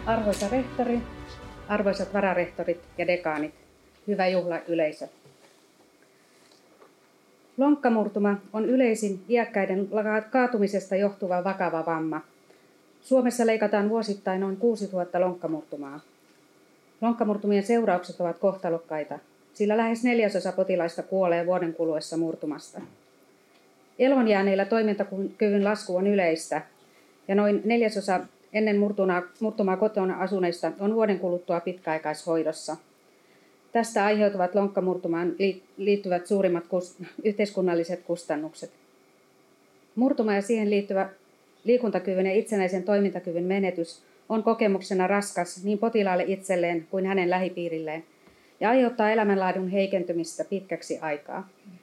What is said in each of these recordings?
Arvoisa rehtori, arvoisat vararehtorit ja dekaanit, hyvä juhlayleisö. Lonkkamurtuma on yleisin iäkkäiden kaatumisesta johtuva vakava vamma. Suomessa leikataan vuosittain noin 6000 lonkkamurtumaa. Lonkkamurtumien seuraukset ovat kohtalokkaita, sillä lähes 1/4 potilaista kuolee vuoden kuluessa murtumasta. Eloon jääneillä toimintakyvyn lasku on yleistä ja noin 1/4 ennen murtumaa kotona asuneista on vuoden kuluttua pitkäaikaishoidossa. Tästä aiheutuvat lonkkamurtumaan liittyvät suurimmat yhteiskunnalliset kustannukset. Murtuma ja siihen liittyvä liikuntakyvyn ja itsenäisen toimintakyvyn menetys on kokemuksena raskas niin potilaalle itselleen kuin hänen lähipiirilleen ja aiheuttaa elämänlaadun heikentymistä pitkäksi aikaa.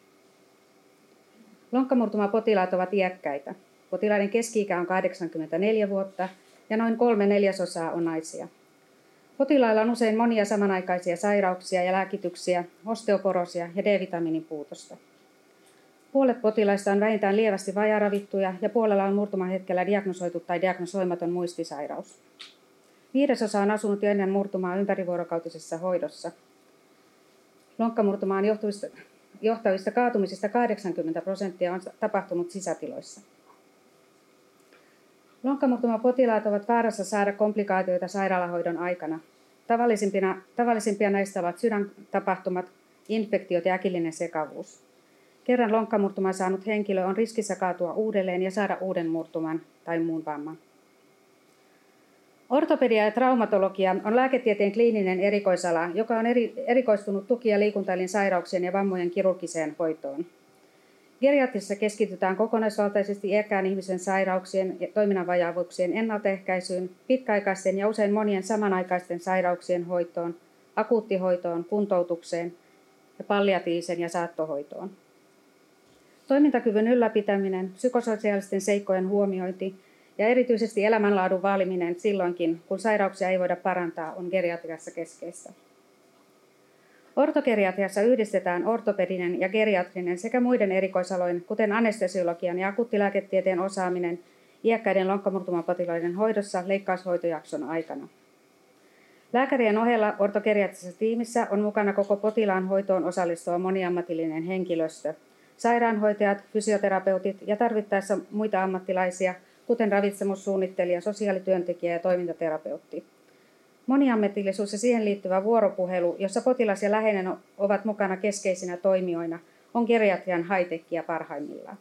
Lonkkamurtumapotilaat ovat iäkkäitä. Potilaiden keski-ikä on 84 vuotta ja noin 3/4 on naisia. Potilailla on usein monia samanaikaisia sairauksia ja lääkityksiä, osteoporoosia ja D-vitamiinin puutosta. Puolet potilaista on vähintään lievästi vajaaravittuja ja puolella on murtumahetkellä diagnosoitu tai diagnosoimaton muistisairaus. 1/5 on asunut jo ennen murtumaa ympärivuorokautisessa hoidossa. Lonkkamurtumaan johtavista kaatumisista 80% on tapahtunut sisätiloissa. Lonkkamurtumapotilaat ovat vaarassa saada komplikaatioita sairaalahoidon aikana. Tavallisimpia näistä ovat sydäntapahtumat, infektiot ja äkillinen sekavuus. Kerran lonkkamurtuman saanut henkilö on riskissä kaatua uudelleen ja saada uuden murtuman tai muun vamman. Ortopedia ja traumatologia on lääketieteen kliininen erikoisala, joka on erikoistunut tuki- ja liikuntaelinsairauksien ja vammojen kirurgiseen hoitoon. Geriatrissa keskitytään kokonaisvaltaisesti iäkkään ihmisen sairauksien ja toiminnan vajaavuuksien ennaltaehkäisyyn, pitkäaikaisten ja usein monien samanaikaisten sairauksien hoitoon, akuuttihoitoon, kuntoutukseen ja palliatiivisen ja saattohoitoon. Toimintakyvyn ylläpitäminen, psykososiaalisten seikkojen huomiointi ja erityisesti elämänlaadun vaaliminen silloinkin, kun sairauksia ei voida parantaa, on geriatriassa keskeistä. Ortogeriatriassa yhdistetään ortopedinen ja geriatrinen sekä muiden erikoisalojen, kuten anestesiologian ja akuuttilääketieteen osaaminen iäkkäiden lonkkamurtumapotilaiden hoidossa leikkaushoitojakson aikana. Lääkärien ohella ortogeriatrisessa tiimissä on mukana koko potilaan hoitoon osallistuva moniammatillinen henkilöstö, sairaanhoitajat, fysioterapeutit ja tarvittaessa muita ammattilaisia, kuten ravitsemussuunnittelija, sosiaalityöntekijä ja toimintaterapeutti. Moniammatillisuus ja siihen liittyvä vuoropuhelu, jossa potilas ja läheinen ovat mukana keskeisinä toimijoina, on geriatrian high-techia parhaimmillaan.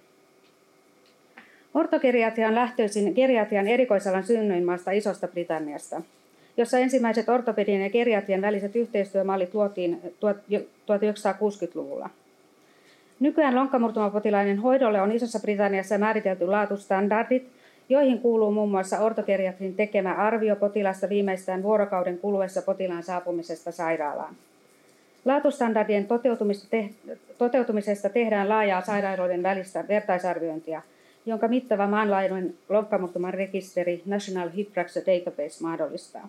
Ortogeriatria on lähtöisin geriatrian erikoisalan synnyinmaasta Isosta Britanniasta, jossa ensimmäiset ortopedian ja geriatrian väliset yhteistyömallit luotiin 1960-luvulla. Nykyään lonkkamurtumapotilaiden hoidolle on Isossa Britanniassa määritelty laatustandardit, joihin kuuluu muun muassa ortogeriatrin tekemä arvio potilasta viimeistään vuorokauden kuluessa potilaan saapumisesta sairaalaan. Laatustandardien toteutumisesta tehdään laajaa sairaaloiden välistä vertaisarviointia, jonka mittava maanlaajuinen lonkkamurtuman rekisteri National Hip Fracture Database mahdollistaa.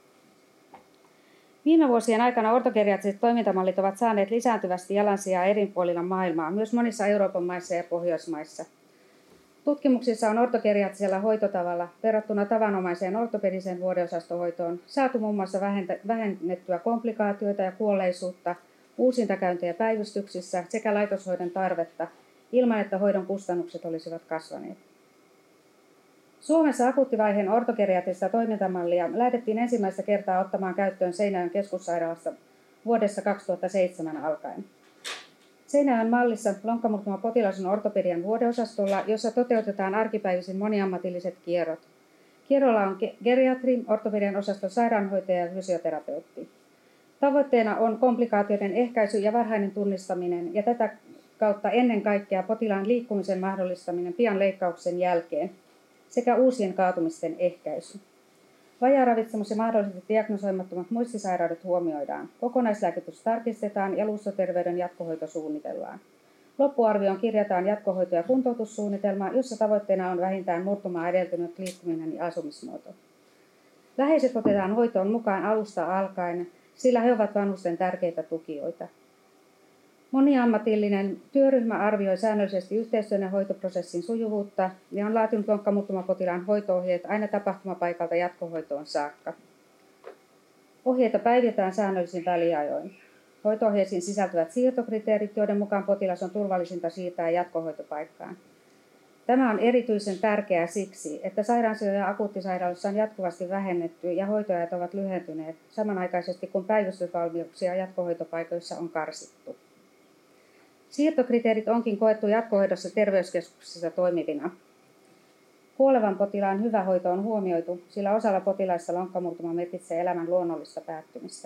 Viime vuosien aikana ortogeriatriset toimintamallit ovat saaneet lisääntyvästi jalansijaa eri puolilla maailmaa, myös monissa Euroopan maissa ja Pohjoismaissa. Tutkimuksissa on ortogeriatrisella hoitotavalla verrattuna tavanomaiseen ortopediseen vuodeosastohoitoon saatu muun muassa vähennettyä komplikaatioita ja kuolleisuutta, uusintakäyntejä päivystyksissä sekä laitoshoidon tarvetta ilman, että hoidon kustannukset olisivat kasvaneet. Suomessa akuuttivaiheen ortogeriatrista toimintamallia lähdettiin ensimmäistä kertaa ottamaan käyttöön Seinäjoen keskussairaalassa vuodessa 2007 alkaen. Seinäjoen mallissa lonkkamurtumapotilas on ortopedian vuodeosastolla, jossa toteutetaan arkipäivisin moniammatilliset kierrot. Kierrolla on geriatri, ortopedian osaston sairaanhoitaja ja fysioterapeutti. Tavoitteena on komplikaatioiden ehkäisy ja varhainen tunnistaminen ja tätä kautta ennen kaikkea potilaan liikkumisen mahdollistaminen pian leikkauksen jälkeen sekä uusien kaatumisten ehkäisy. Vajaaravitsemus ja mahdollisesti diagnosoimattomat muistisairaudet huomioidaan. Kokonaislääkitys tarkistetaan ja luussoterveyden jatkohoito suunnitellaan. Loppuarvioon kirjataan jatkohoito- ja kuntoutussuunnitelma, jossa tavoitteena on vähintään murtumaa edeltynyt liikkuminen ja asumismuoto. Läheiset otetaan hoitoon mukaan alusta alkaen, sillä he ovat vanhusten tärkeitä tukijoita. Moniammatillinen työryhmä arvioi säännöllisesti yhteistyön ja hoitoprosessin sujuvuutta ja on laatinut lonkkamurtumapotilaan hoito-ohjeet aina tapahtumapaikalta jatkohoitoon saakka. Ohjeita päivitetään säännöllisin väliajoin. Hoito-ohjeisiin sisältyvät siirtokriteerit, joiden mukaan potilas on turvallisinta siirtää jatkohoitopaikkaan. Tämä on erityisen tärkeää siksi, että sairaansijoja ja akuuttisairaaloissa on jatkuvasti vähennetty ja hoitoajat ovat lyhentyneet samanaikaisesti, kun päivystysvalmiuksia jatkohoitopaikoissa on karsittu. Siirtokriteerit onkin koettu jatkohoidossa terveyskeskuksissa toimivina. Kuolevan potilaan hyvä hoito on huomioitu, sillä osalla potilaista lonkkamurtuma merkitsee elämän luonnollista päättymistä.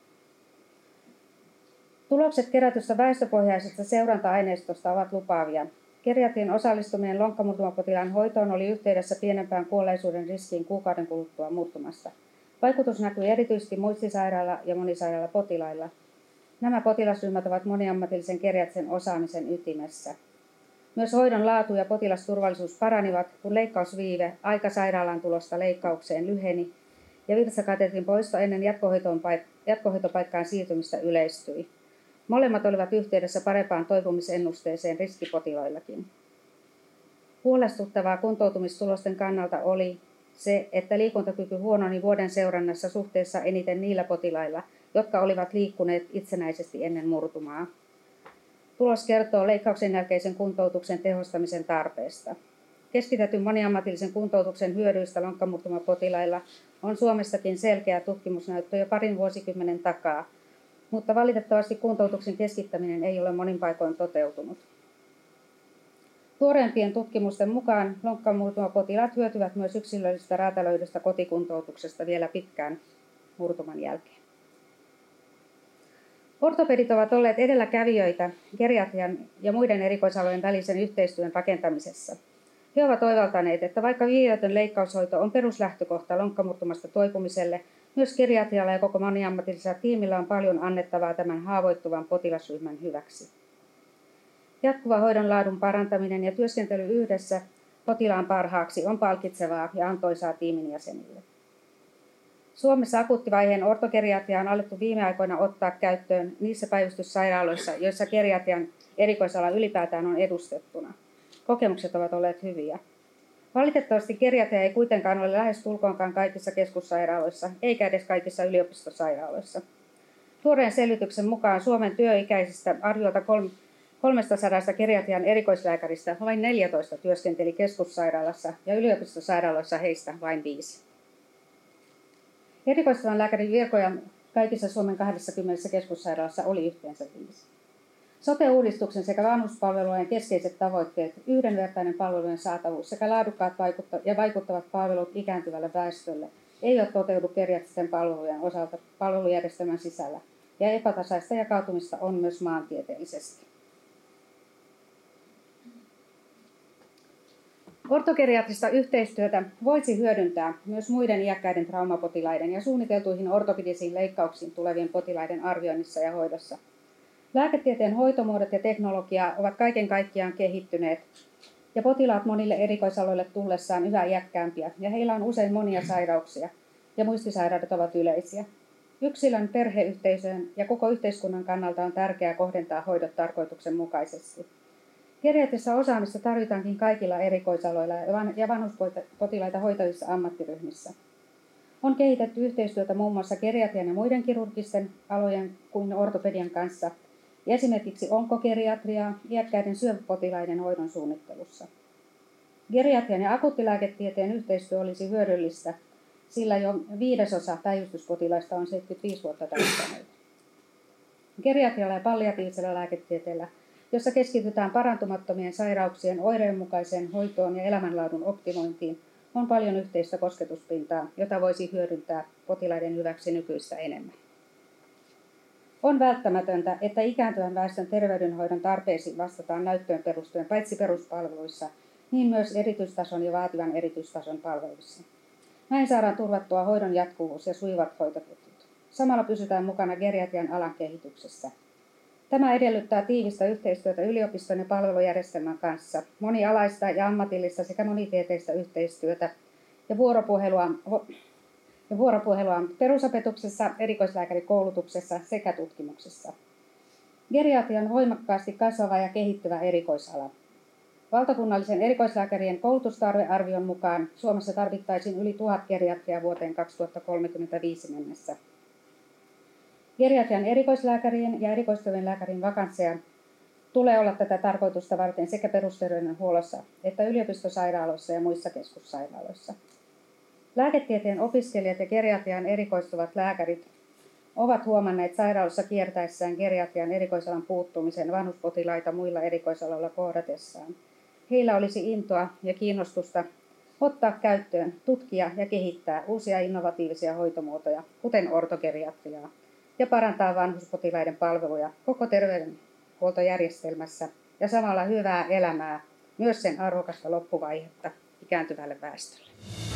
Tulokset kerätystä väestöpohjaisesta seuranta-aineistosta ovat lupaavia. Geriatrian osallistuminen lonkkamurtumapotilaan hoitoon oli yhteydessä pienempään kuolleisuuden riskiin kuukauden kuluttua murtumasta. Vaikutus näkyi erityisesti muistisairailla ja monisairailla potilailla. Nämä potilasryhmät ovat moniammatillisen geriatrisen osaamisen ytimessä. Myös hoidon laatu ja potilasturvallisuus paranivat, kun leikkausviive aika sairaalaan tulosta leikkaukseen lyheni ja virtsakateetin poisto ennen jatkohoitopaikkaan siirtymistä yleistyi. Molemmat olivat yhteydessä parempaan toipumisennusteeseen riskipotiloillakin. Huolestuttavaa kuntoutumistulosten kannalta oli se, että liikuntakyky huononi vuoden seurannassa suhteessa eniten niillä potilailla, jotka olivat liikkuneet itsenäisesti ennen murtumaa. Tulos kertoo leikkauksen jälkeisen kuntoutuksen tehostamisen tarpeesta. Keskitetyn moniammatillisen kuntoutuksen hyödyistä lonkkamurtumapotilailla on Suomessakin selkeä tutkimusnäyttö jo parin vuosikymmenen takaa, mutta valitettavasti kuntoutuksen keskittäminen ei ole monin paikoin toteutunut. Tuoreempien tutkimusten mukaan lonkkamurtumapotilaat hyötyvät myös yksilöllisestä räätälöidystä kotikuntoutuksesta vielä pitkään murtuman jälkeen. Ortopedit ovat olleet edelläkävijöitä geriatrian ja muiden erikoisalojen välisen yhteistyön rakentamisessa. He ovat oivaltaneet, että vaikka viiveetön leikkaushoito on peruslähtökohta lonkkamurtumasta toipumiselle, myös geriatrialla ja koko moniammatillisella tiimillä on paljon annettavaa tämän haavoittuvan potilasryhmän hyväksi. Jatkuva hoidon laadun parantaminen ja työskentely yhdessä potilaan parhaaksi on palkitsevaa ja antoisaa tiimin jäsenille. Suomessa akuuttivaiheen ortogeriatria on alettu viime aikoina ottaa käyttöön niissä päivystyssairaaloissa, joissa geriatrian erikoisala ylipäätään on edustettuna. Kokemukset ovat olleet hyviä. Valitettavasti geriatria ei kuitenkaan ole lähes tulkoonkaan kaikissa keskussairaaloissa, eikä edes kaikissa yliopistosairaaloissa. Tuoreen selvityksen mukaan Suomen työikäisistä arviolta 300 geriatrian erikoislääkäristä vain 14 työskenteli keskussairaalassa ja yliopistosairaaloissa heistä vain 5. Erikoistavan lääkärin virkoja kaikissa Suomen 20 keskussairaalassa oli yhteensä 5. Sote-uudistuksen sekä vanhuspalvelujen keskeiset tavoitteet, yhdenvertainen palvelujen saatavuus sekä laadukkaat ja vaikuttavat palvelut ikääntyvälle väestölle eivät toteudu geriatristen palvelujen osalta palvelujärjestelmän sisällä, ja epätasaista jakautumista on myös maantieteellisesti. Ortogeriatrista yhteistyötä voisi hyödyntää myös muiden iäkkäiden traumapotilaiden ja suunniteltuihin ortopedisiin leikkauksiin tulevien potilaiden arvioinnissa ja hoidossa. Lääketieteen hoitomuodot ja teknologia ovat kaiken kaikkiaan kehittyneet, ja potilaat monille erikoisaloille tullessaan yhä iäkkäämpiä, ja heillä on usein monia sairauksia, ja muistisairaudet ovat yleisiä. Yksilön, perheyhteisön ja koko yhteiskunnan kannalta on tärkeää kohdentaa hoidot tarkoituksenmukaisesti. Geriatrissa osaamista tarvitaankin kaikilla erikoisaloilla ja vanhuspotilaita hoitavissa ammattiryhmissä. On kehitetty yhteistyötä muun muassa geriatrian ja muiden kirurgisten alojen kuin ortopedian kanssa, ja esimerkiksi onkogeriatriaa iäkkäiden syöpäpotilaiden hoidon suunnittelussa. Geriatrian ja akuuttilääketieteen yhteistyö olisi hyödyllistä, sillä jo 1/5 päivystyspotilaista on 75 vuotta täyttäneitä. Geriatrialla ja palliatiivisella lääketieteellä, jossa keskitytään parantumattomien sairauksien oireenmukaiseen hoitoon ja elämänlaadun optimointiin, on paljon yhteistä kosketuspintaa, jota voisi hyödyntää potilaiden hyväksi nykyistä enemmän. On välttämätöntä, että ikääntyvän väestön terveydenhoidon tarpeisiin vastataan näyttöön perustuen paitsi peruspalveluissa, niin myös erityistason ja vaativan erityistason palveluissa. Näin saadaan turvattua hoidon jatkuvuus ja sujuvat hoitoketjut. Samalla pysytään mukana geriatrian alan kehityksessä. Tämä edellyttää tiivistä yhteistyötä yliopiston ja palvelujärjestelmän kanssa, monialaista ja ammatillista sekä monitieteistä yhteistyötä ja vuoropuhelua perusopetuksessa, erikoislääkärikoulutuksessa sekä tutkimuksessa. Geriatria on voimakkaasti kasvava ja kehittyvä erikoisala. Valtakunnallisen erikoislääkärien koulutustarvearvion mukaan Suomessa tarvittaisiin yli 1000 geriatria vuoteen 2035 mennessä. Geriatrian erikoislääkärien ja erikoistuvien lääkärin vakansseja tulee olla tätä tarkoitusta varten sekä perusterveydenhuollossa että yliopistosairaaloissa ja muissa keskussairaaloissa. Lääketieteen opiskelijat ja geriatriaan erikoistuvat lääkärit ovat huomanneet sairaaloissa kiertäessään geriatrian erikoisalan puuttumisen vanhuspotilaita muilla erikoisaloilla kohdatessaan. Heillä olisi intoa ja kiinnostusta ottaa käyttöön, tutkia ja kehittää uusia innovatiivisia hoitomuotoja, kuten ortogeriatriaa, ja parantaa vanhuspotilaiden palveluja koko terveydenhuoltojärjestelmässä ja samalla hyvää elämää, myös sen arvokasta loppuvaihetta ikääntyvälle väestölle.